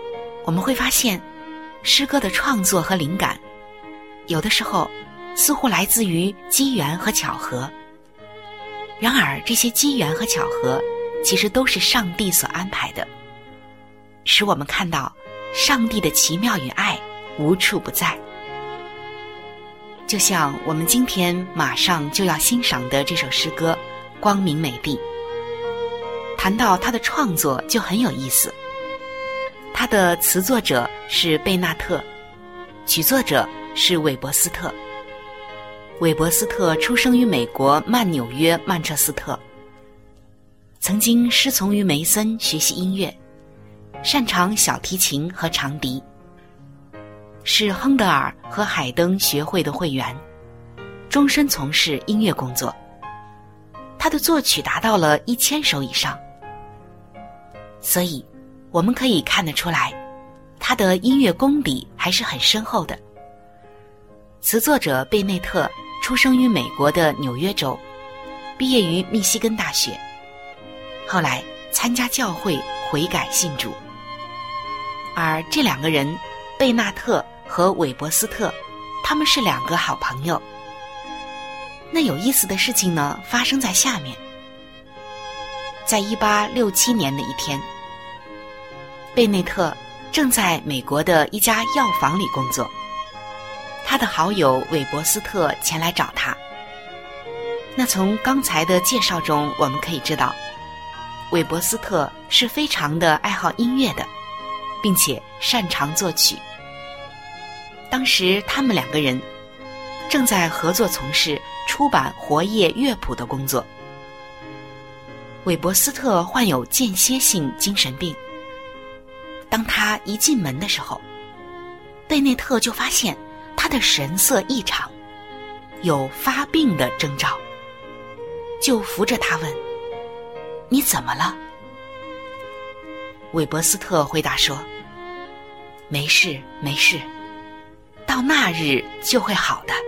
我们会发现，诗歌的创作和灵感，有的时候似乎来自于机缘和巧合。然而，这些机缘和巧合，其实都是上帝所安排的，使我们看到上帝的奇妙与爱无处不在。就像我们今天马上就要欣赏的这首诗歌《光明美地》，谈到它的创作就很有意思。它的词作者是贝纳特，曲作者是韦伯斯特。韦伯斯特出生于美国曼纽约曼彻斯特，曾经师从于梅森学习音乐，擅长小提琴和长笛，是亨德尔和海登学会的会员，终身从事音乐工作。他的作曲达到了一千首以上，所以我们可以看得出来，他的音乐功底还是很深厚的。词作者贝内特出生于美国的纽约州，毕业于密西根大学，后来参加教会悔改信主。而这两个人，贝纳特和韦伯斯特，他们是两个好朋友。那有意思的事情呢，发生在下面。在一八六七年的一天，贝内特正在美国的一家药房里工作，他的好友韦伯斯特前来找他。那从刚才的介绍中我们可以知道，韦伯斯特是非常的爱好音乐的，并且擅长作曲。当时他们两个人正在合作从事出版活页乐谱的工作。韦伯斯特患有间歇性精神病，当他一进门的时候，贝内特就发现他的神色异常，有发病的征兆，就扶着他问：你怎么了？韦伯斯特回答说：没事没事，到那日就会好的。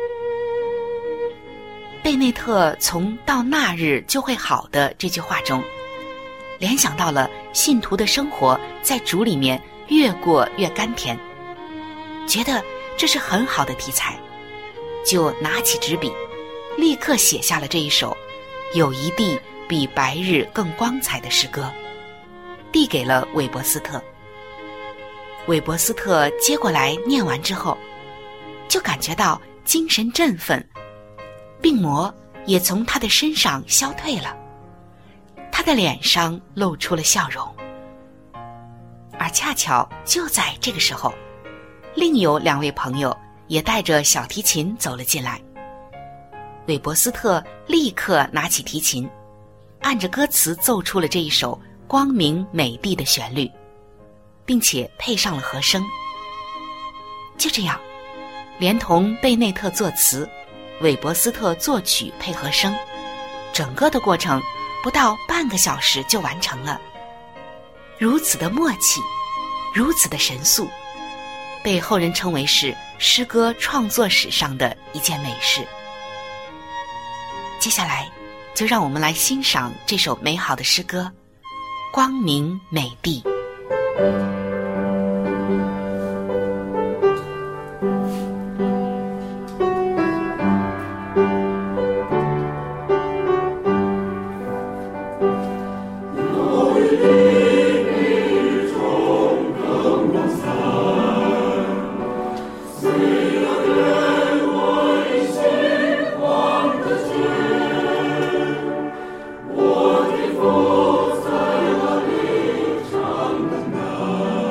贝内特从到那日就会好的这句话中，联想到了信徒的生活在主里面越过越甘甜，觉得这是很好的题材，就拿起纸笔，立刻写下了这一首有一地比白日更光彩的诗歌，递给了韦伯斯特。韦伯斯特接过来念完之后，就感觉到精神振奋，病魔也从他的身上消退了，他的脸上露出了笑容。而恰巧就在这个时候，另有两位朋友也带着小提琴走了进来。韦伯斯特立刻拿起提琴，按着歌词奏出了这一首光明美地的旋律，并且配上了和声。就这样，连同贝内特作词，韦伯斯特作曲配和声，整个的过程不到半个小时就完成了。如此的默契，如此的神速，被后人称为是诗歌创作史上的一件美事。接下来就让我们来欣赏这首美好的诗歌《光明美地》。 我的父在哪里唱的呢？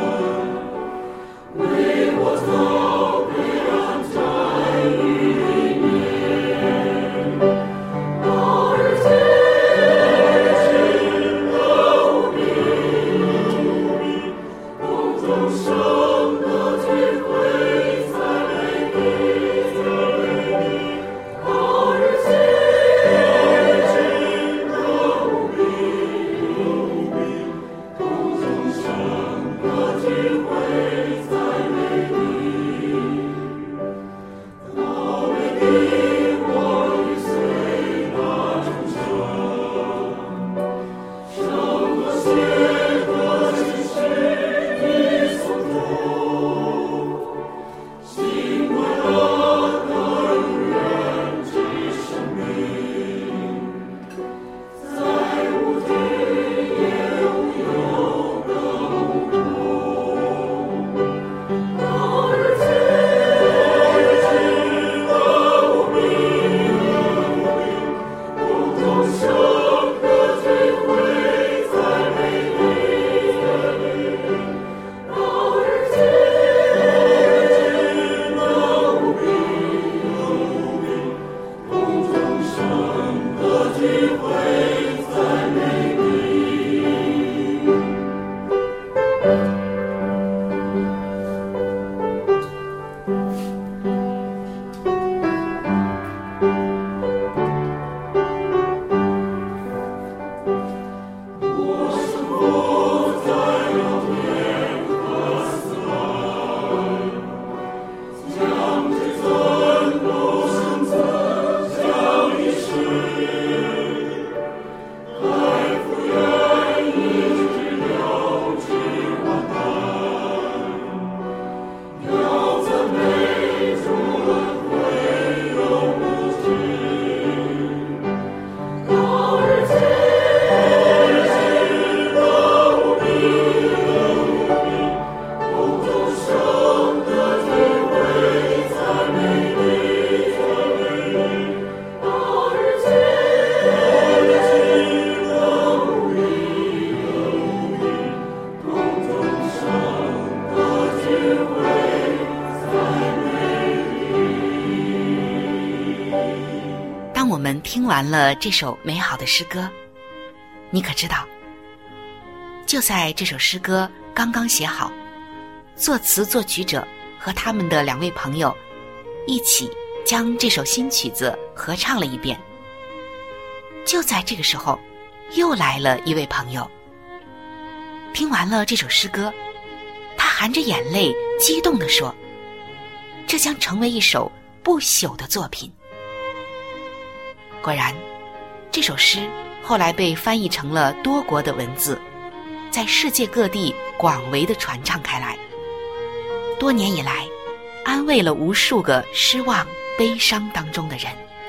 听完了这首美好的诗歌，你可知道，就在这首诗歌刚刚写好，作词作曲者和他们的两位朋友一起将这首新曲子合唱了一遍。就在这个时候，又来了一位朋友，听完了这首诗歌，他含着眼泪激动地说，这将成为一首不朽的作品。果然，这首诗后来被翻译成了多国的文字，在世界各地广为的传唱开来。多年以来，安慰了无数个失望、悲伤当中的人。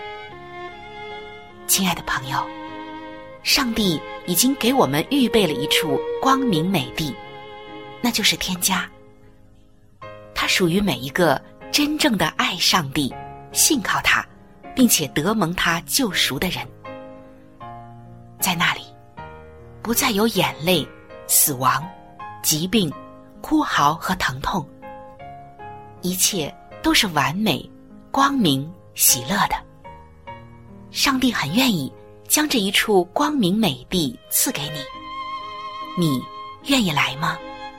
亲爱的朋友，上帝已经给我们预备了一处光明美地，那就是天家。它属于每一个真正的爱上帝、信靠他，并且得蒙他救赎的人。在那里，不再有眼泪、死亡、疾病、哭嚎和疼痛，一切都是完美、光明、喜乐的。上帝很愿意将这一处光明美地赐给你，你愿意来吗？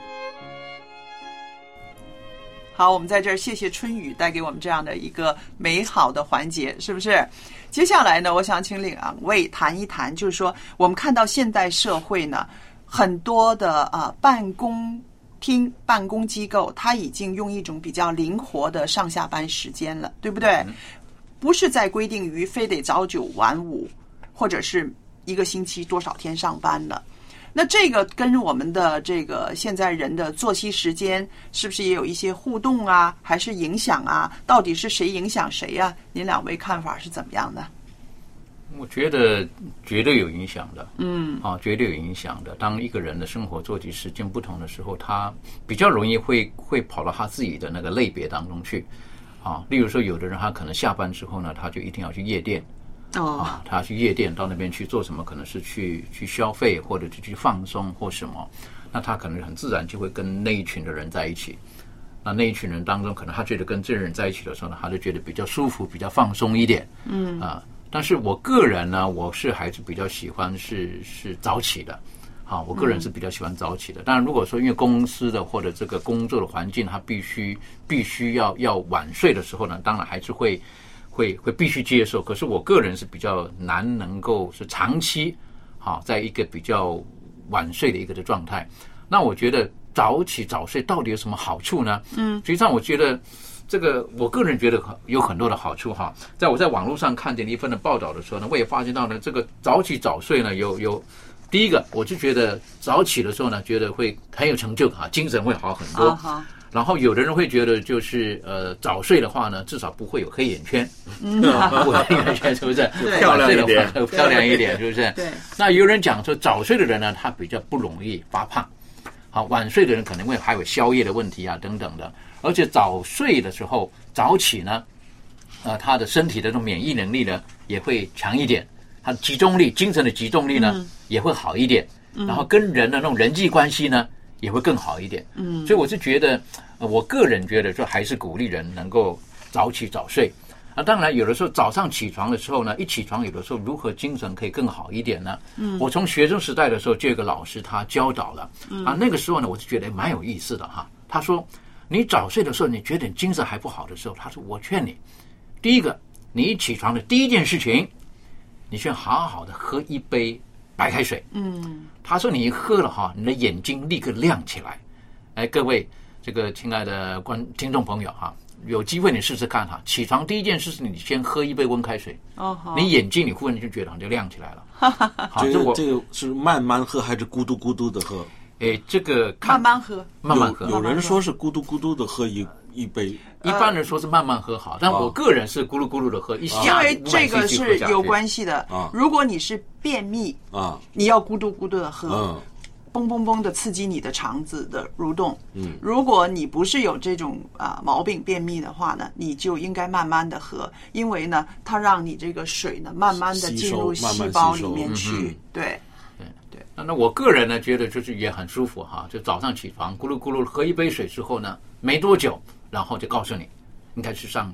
好，我们在这儿谢谢春雨带给我们这样的一个美好的环节，是不是？接下来呢，我想请两位谈一谈，就是说我们看到现代社会呢，很多的呃办公厅、办公机构，它已经用一种比较灵活的上下班时间了，对不对？嗯、不是在规定于非得早九晚五，或者是一个星期多少天上班了。那这个跟我们的这个现在人的作息时间是不是也有一些互动啊，还是影响啊？到底是谁影响谁啊？您两位看法是怎么样的？ 我觉得绝对有影响的， 嗯， 啊，绝对有影响的。当一个人的生活作息时间不同的时候，他比较容易会会跑到他自己的那个类别当中去，啊，例如说，有的人他可能下班之后呢，他就一定要去夜店。 哦， 啊，他去夜店到那边去做什么？可能是去去消费，或者是去放松或什么。那他可能很自然就会跟那一群的人在一起。那那一群人当中，可能他觉得跟这些人在一起的时候呢，他就觉得比较舒服，比较放松一点。 嗯啊，但是我个人呢，我是还是比较喜欢是是早起的。好，我个人是比较喜欢早起的。当然，如果说因为公司的或者这个工作的环境，他必须必须要要晚睡的时候呢，当然还是会。会会必须接受，可是我个人是比较难能够是长期好在一个比较晚睡的一个的状态。那我觉得早起早睡到底有什么好处呢？ 嗯， 实际上我觉得这个我个人觉得有很多的好处哈。在我在网络上看见一份的报道的时候呢，我也发现到呢，这个早起早睡呢有有第一个，我就觉得早起的时候呢，觉得会很有成就啊，精神会好很多。 好。 然后有的人会觉得，就是呃早睡的话呢，至少不会有黑眼圈， 嗯， 不会有黑眼圈，是不是？ 漂亮一点， 漂亮一点，是不是？ 对。 那有人讲说，早睡的人呢，他比较不容易发胖，好，晚睡的人可能会还有宵夜的问题啊等等的。而且早睡的时候，早起呢，呃，他的身体的这种免疫能力呢也会强一点，他的集中力、精神的集中力呢、嗯、也会好一点，然后跟人的那种人际关系呢。也会更好一点， 嗯， 所以我是觉得，呃、我个人觉得说还是鼓励人能够早起早睡啊。当然，有的时候早上起床的时候呢，一起床有的时候如何精神可以更好一点呢？ 嗯， 我从学生时代的时候就有一个老师他教导了， 嗯啊，那个时候呢，我就觉得蛮有意思的哈。他说，你早睡的时候，你觉得你精神还不好的时候，他说我劝你，第一个，你一起床的第一件事情，你先好好的喝一杯白开水， 嗯， 他说你一喝了哈，你的眼睛立刻亮起来。哎，各位这个亲爱的观听众朋友哈，有机会你试试看哈，起床第一件事是你先喝一杯温开水， 哦， 你眼睛你忽然就觉得好像亮起来了。 好，这个这个是慢慢喝还是咕嘟咕嘟的喝？ 哎，这个慢慢喝， 慢慢喝。 有人说是咕嘟咕嘟的喝一一杯， 一般人说是慢慢喝好，但我个人是咕噜咕噜的喝，一下因为这个是有关系的。如果你是便秘啊， 你要咕嘟咕嘟的喝。 嗯， 嘣嘣嘣的刺激你的肠子的蠕动。 嗯， 如果你不是有这种啊、呃、毛病便秘的话呢，你就应该慢慢的喝，因为呢，它让你这个水呢慢慢的进入细胞里面去。 慢慢对， 对对。那那我个人呢，觉得就是也很舒服哈，就早上起床咕噜咕噜喝一杯水之后呢，没多久，然后就告诉你，应该去上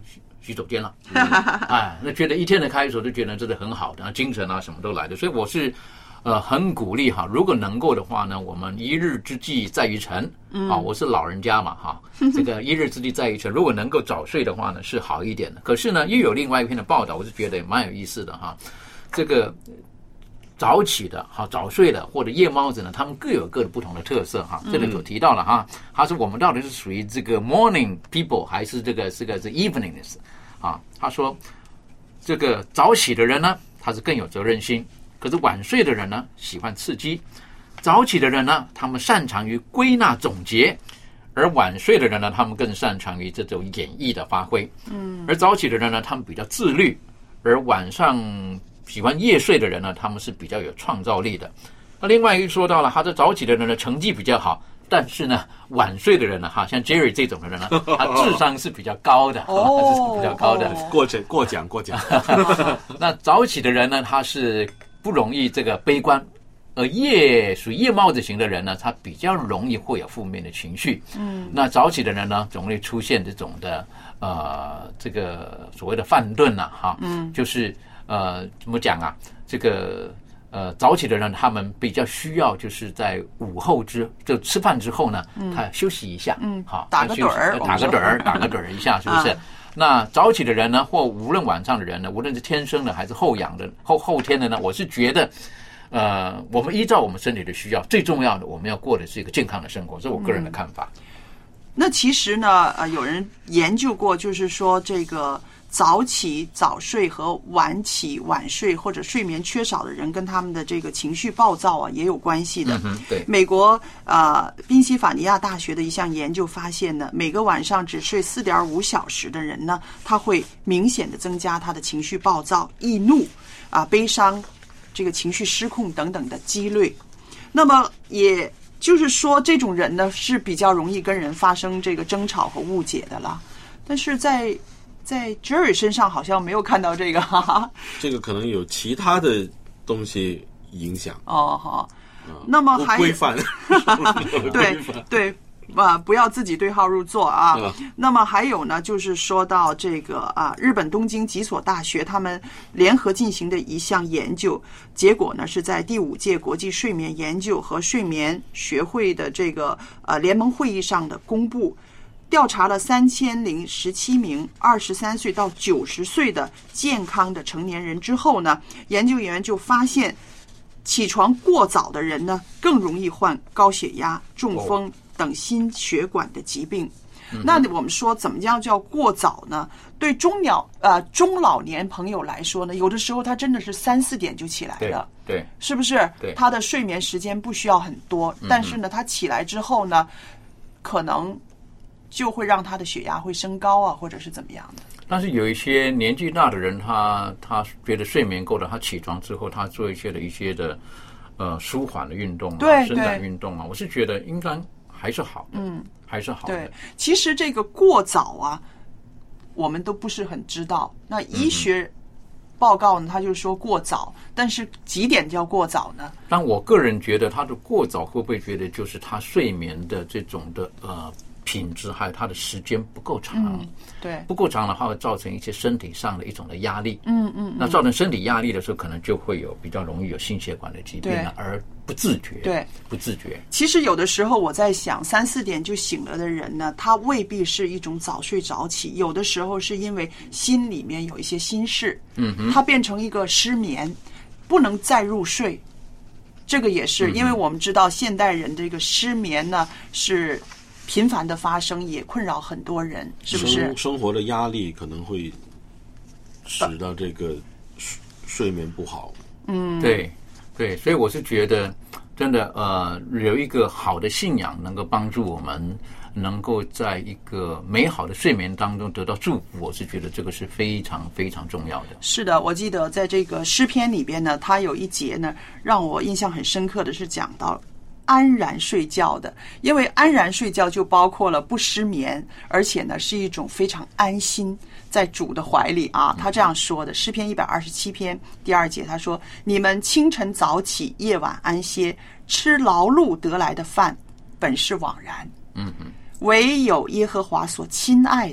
洗手间了，哎，那觉得一天的开始就觉得真的很好的，精神啊什么都来的，所以我是呃很鼓励哈，如果能够的话呢，我们一日之计在于晨，嗯，啊，我是老人家嘛哈，这个一日之计在于晨，如果能够早睡的话呢是好一点的。可是呢，又有另外一篇的报道，我是觉得也蛮有意思的哈，这个早起的哈、早睡的或者夜猫子呢，他们各有各的不同的特色哈。这里有提到了哈，他说我们到底是属于这个 morning people 还是这个这个是 eveningness 啊？他说这个早起的人呢，他是更有责任心，可是晚睡的人呢，喜欢刺激。早起的人呢，他们擅长于归纳总结，而晚睡的人呢，他们更擅长于这种演绎的发挥。嗯，而早起的人呢，他们比较自律，而晚上喜欢夜睡的人呢，他们是比较有创造力的。那另外又说到了，他这早起的人呢，成绩比较好，但是呢，晚睡的人呢，哈，像 Jerry 这种的人呢，他智商是比较高的，哦，是比较高的， 过奖过奖过奖。 那早起的人呢，他是不容易这个悲观。而夜属于夜猫子型的人呢，他比较容易会有负面的情绪。嗯，那早起的人呢，容易出现这种的呃，这个所谓的犯顿呐，哈，嗯，就是呃，怎么讲啊？这个呃，早起的人他们比较需要，就是在午后之就吃饭之后呢，嗯、他休息一下， 嗯， 好， 打个盹儿， 打个盹儿，打个盹儿一下，是不是？啊，那早起的人呢，或无论晚上的人呢，无论是天生的还是后养的、后后天的呢，我是觉得。呃，我们依照我们身体的需要，最重要的我们要过的是一个健康的生活，这是我个人的看法。 嗯，那其实呢，呃，有人研究过，就是说这个早起早睡和晚起晚睡或者睡眠缺少的人，跟他们的这个情绪暴躁啊也有关系的。 嗯，对， 美国呃宾夕法尼亚大学的一项研究发现呢，每个晚上只睡四点五小时的人呢，他会明显的增加他的情绪暴躁、易怒啊、悲伤。这个情绪失控等等的几率，那么也就是说，这种人呢是比较容易跟人发生这个争吵和误解的了。但是在在 Jerry 身上好像没有看到这个，哈哈。 这个可能有其他的东西影响。 哦，好，那么还规范， 对对。啊，不要自己对号入座啊！嗯、那么还有呢，就是说到这个啊，日本东京几所大学他们联合进行的一项研究，结果呢是在第五届国际睡眠研究和睡眠学会的这个呃联盟会议上的公布，调查了三千零十七名二十三岁到九十岁的健康的成年人之后呢，研究员就发现，起床过早的人呢更容易患高血压、中风。哦等心血管的疾病，那我们说怎么样叫过早呢？对中老呃中老年朋友来说呢，有的时候他真的是三四点就起来了， 对，对是不是？ 对， 他的睡眠时间不需要很多，但是呢，他起来之后呢，可能就会让他的血压会升高啊，或者是怎么样的。 但是有一些年纪大的人，他他觉得睡眠够了，他起床之后，他做一些的一些的呃舒缓的运动啊， 对伸展运动啊，我是觉得应该。还是好的， 嗯， 还是好的。 对，其实这个过早啊，我们都不是很知道。那医学报告呢，他就说过早，但是几点叫过早呢？ 但我个人觉得，他的过早会不会觉得就是他睡眠的这种的呃品质，还有他的时间不够长？ 嗯，对， 不够长的话，会造成一些身体上的一种的压力。 嗯 嗯, 嗯， 那造成身体压力的时候，可能就会有比较容易有心血管的疾病了，而不自觉。 对， 不自觉。 其实有的时候我在想，三四点就醒了的人呢，他未必是一种早睡早起，有的时候是因为心里面有一些心事，嗯哼，他变成一个失眠，不能再入睡。这个也是，因为我们知道现代人这个失眠呢是频繁的发生，也困扰很多人，是不是？ 生活的压力可能会使到这个睡眠不好。 嗯， 对对，所以我是觉得，真的呃，有一个好的信仰能够帮助我们，能够在一个美好的睡眠当中得到祝福，我是觉得这个是非常非常重要的。 是的，我记得在这个诗篇里边呢，它有一节呢，让我印象很深刻的是讲到安然睡觉的，因为安然睡觉就包括了不失眠，而且呢是一种非常安心在主的怀里啊。他这样说的，诗篇一百二十七篇第二节，他说：你们清晨早起，夜晚安歇，吃劳碌得来的饭，本是枉然。 嗯嗯， 唯有耶和华所亲爱的，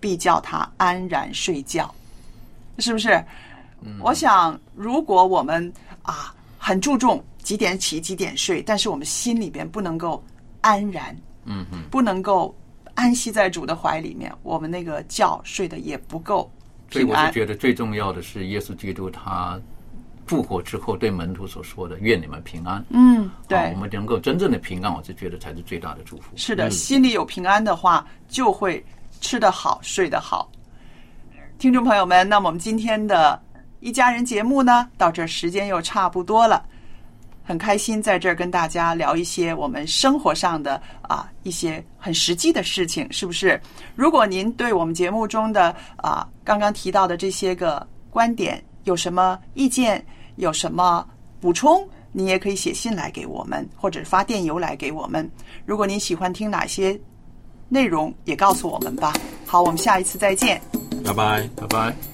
必叫他安然睡觉，是不是？嗯、我想，如果我们啊很注重几点起几点睡，但是我们心里边不能够安然，嗯嗯，不能够安息在主的怀里面，我们那个觉睡得也不够平安。 所以我是觉得最重要的是耶稣基督他复活之后对门徒所说的愿你们平安。 嗯，对， 我们能够真正的平安，我是觉得才是最大的祝福。 是的、嗯、心里有平安的话，就会吃得好睡得好。听众朋友们，那么我们今天的一家人节目呢，到这时间又差不多了，很开心在这儿跟大家聊一些我们生活上的啊一些很实际的事情，是不是？如果您对我们节目中的啊刚刚提到的这些个观点有什么意见，有什么补充，你也可以写信来给我们，或者发电邮来给我们。如果您喜欢听哪些内容，也告诉我们吧。好，我们下一次再见， 拜拜， 拜拜。